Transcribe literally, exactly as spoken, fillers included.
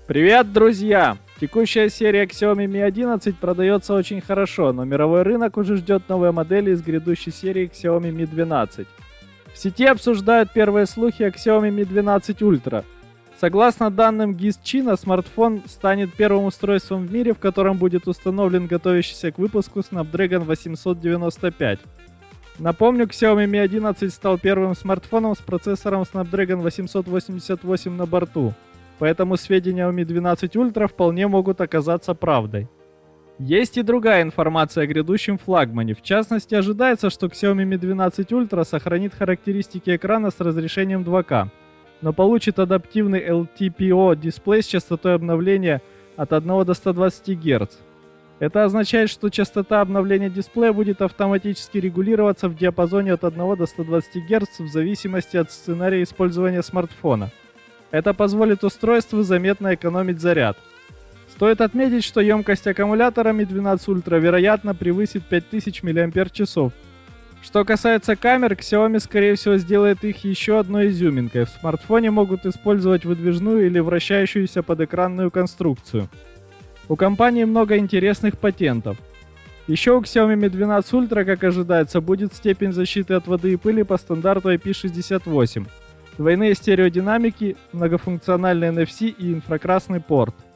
Привет, друзья! Текущая серия Xiaomi Mi одиннадцать продается очень хорошо, но мировой рынок уже ждет новые модели из грядущей серии Xiaomi Mi двенадцать. В сети обсуждают первые слухи о Xiaomi Mi двенадцать Ultra. Согласно данным джи ай эс China, смартфон станет первым устройством в мире, в котором будет установлен готовящийся к выпуску Snapdragon восемьсот девяносто пять. Напомню, Xiaomi Mi одиннадцать стал первым смартфоном с процессором Snapdragon восемьсот восемьдесят восемь на борту, поэтому сведения о Mi двенадцать Ultra вполне могут оказаться правдой. Есть и другая информация о грядущем флагмане. В частности, ожидается, что Xiaomi Mi двенадцать Ultra сохранит характеристики экрана с разрешением два ка, но получит адаптивный эл ти пи о дисплей с частотой обновления от одного до ста двадцати герц. Это означает, что частота обновления дисплея будет автоматически регулироваться в диапазоне от одного до ста двадцати герц в зависимости от сценария использования смартфона. Это позволит устройству заметно экономить заряд. Стоит отметить, что емкость аккумулятора Mi двенадцать Ultra вероятно превысит пять тысяч мАч. Что касается камер, Xiaomi скорее всего сделает их еще одной изюминкой. В смартфоне могут использовать выдвижную или вращающуюся подэкранную конструкцию. У компании много интересных патентов. Еще у Xiaomi Mi двенадцать Ultra, как ожидается, будет степень защиты от воды и пыли по стандарту ай пи шестьдесят восемь, двойные стереодинамики, многофункциональный эн эф си и инфракрасный порт.